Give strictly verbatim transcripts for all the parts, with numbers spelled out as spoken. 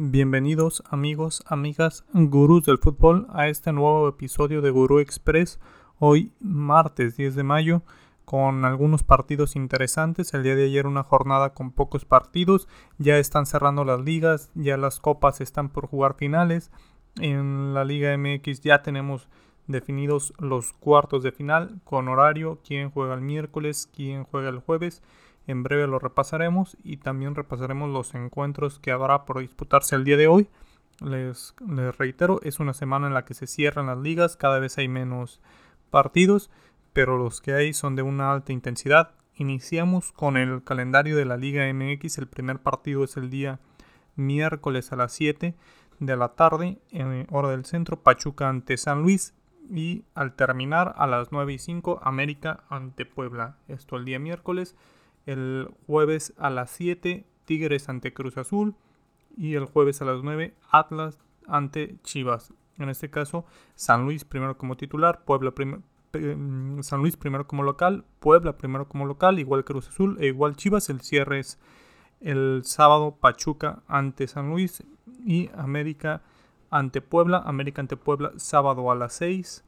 Bienvenidos amigos, amigas, gurús del fútbol a este nuevo episodio de Gurú Express. Hoy martes diez de mayo con algunos partidos interesantes. El día de ayer una jornada con pocos partidos. Ya están cerrando las ligas, ya las copas están por jugar finales. En la Liga M X ya tenemos definidos los cuartos de final con horario, quién juega el miércoles, quién juega el jueves. En breve lo repasaremos y también repasaremos los encuentros que habrá por disputarse el día de hoy. Les, les reitero, es una semana en la que se cierran las ligas, cada vez hay menos partidos, pero los que hay son de una alta intensidad. Iniciamos con el calendario de la Liga M X. El primer partido es el día miércoles a las siete de la tarde, en hora del centro, Pachuca ante San Luis. Y al terminar a las nueve y cinco, América ante Puebla. Esto el día miércoles. El jueves a las siete, Tigres ante Cruz Azul. Y el jueves a las nueve, Atlas ante Chivas. En este caso, San Luis primero como titular, Puebla prim- eh, San Luis primero como local, Puebla primero como local, igual Cruz Azul e igual Chivas. El cierre es el sábado, Pachuca ante San Luis y América ante Puebla. América ante Puebla, sábado a las seis.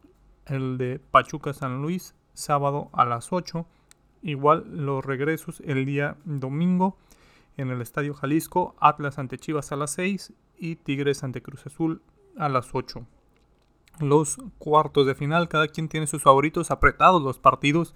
El de Pachuca San Luis, sábado a las ocho. Igual los regresos el día domingo en el Estadio Jalisco, Atlas ante Chivas a las seis y Tigres ante Cruz Azul a las ocho. Los cuartos de final, cada quien tiene sus favoritos, apretados los partidos.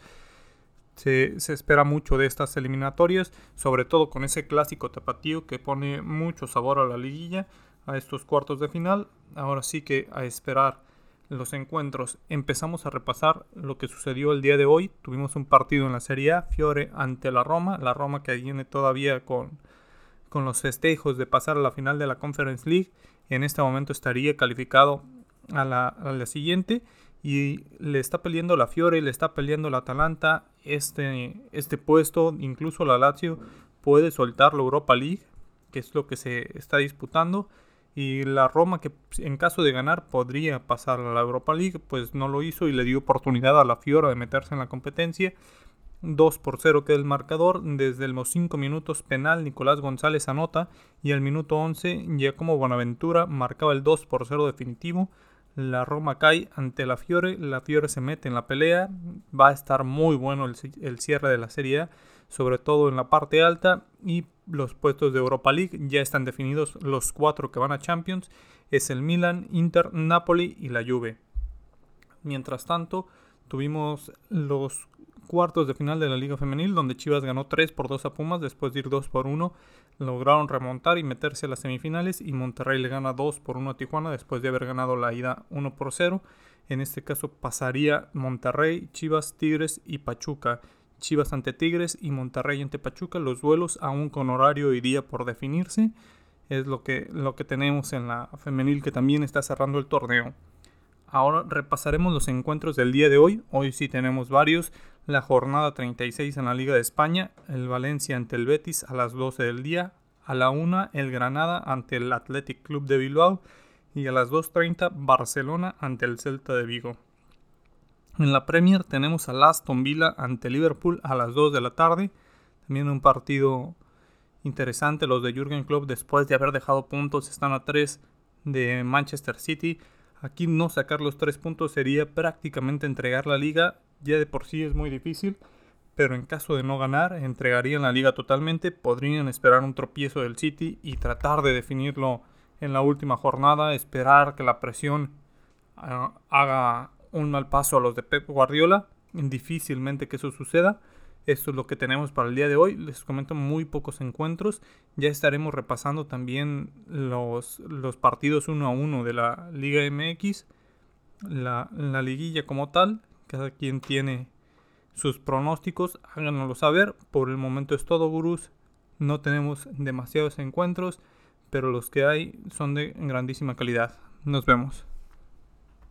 Se, se espera mucho de estas eliminatorias, sobre todo con ese clásico tapatío que pone mucho sabor a la liguilla, a estos cuartos de final. Ahora sí que a esperar los encuentros. Empezamos a repasar lo que sucedió el día de hoy. Tuvimos un partido en la Serie A, Fiore ante la Roma. La Roma que viene todavía con, con los festejos de pasar a la final de la Conference League. En este momento estaría calificado a la, a la siguiente. Y le está peleando la Fiore, le está peleando la Atalanta. Este, este puesto, incluso la Lazio, puede soltar la Europa League, que es lo que se está disputando. Y la Roma, que en caso de ganar podría pasar a la Europa League, pues no lo hizo y le dio oportunidad a la Fiora de meterse en la competencia. dos por cero queda el marcador. Desde los cinco minutos penal, Nicolás González anota. Y al minuto once, Giacomo Bonaventura marcaba el dos por cero definitivo. La Roma cae ante la Fiore. La Fiore se mete en la pelea. Va a estar muy bueno el, el cierre de la Serie A, sobre todo en la parte alta. Y los puestos de Europa League ya están definidos. Los cuatro que van a Champions es el Milan, Inter, Napoli y la Juve. Mientras tanto, tuvimos los cuartos de final de la Liga Femenil, donde Chivas ganó tres por dos a Pumas después de ir dos por uno. Lograron remontar y meterse a las semifinales, y Monterrey le gana dos por uno a Tijuana después de haber ganado la ida uno por cero. En este caso pasaría Monterrey, Chivas, Tigres y Pachuca. Chivas ante Tigres y Monterrey ante Pachuca. Los duelos aún con horario y día por definirse. Es lo que, lo que tenemos en la femenil, que también está cerrando el torneo. Ahora repasaremos los encuentros del día de hoy. Hoy sí tenemos varios. La jornada treinta y seis en la Liga de España. El Valencia ante el Betis a las doce del día. A la una el Granada ante el Athletic Club de Bilbao. Y a las dos treinta Barcelona ante el Celta de Vigo. En la Premier tenemos al Aston Villa ante Liverpool a las dos de la tarde. También un partido interesante. Los de Jürgen Klopp, después de haber dejado puntos, están a tres de Manchester City. Aquí no sacar los tres puntos sería prácticamente entregar la liga. Ya de por sí es muy difícil, pero en caso de no ganar, entregarían la liga totalmente. Podrían esperar un tropiezo del City y tratar de definirlo en la última jornada. Esperar que la presión uh, haga un mal paso a los de Pep Guardiola. Difícilmente que eso suceda. Esto es lo que tenemos para el día de hoy. Les comento muy pocos encuentros. Ya estaremos repasando también los, los partidos uno a uno de la Liga M X. La, la liguilla como tal. Cada quien tiene sus pronósticos. Háganoslo saber. Por el momento es todo, gurús. No tenemos demasiados encuentros, pero los que hay son de grandísima calidad. Nos vemos.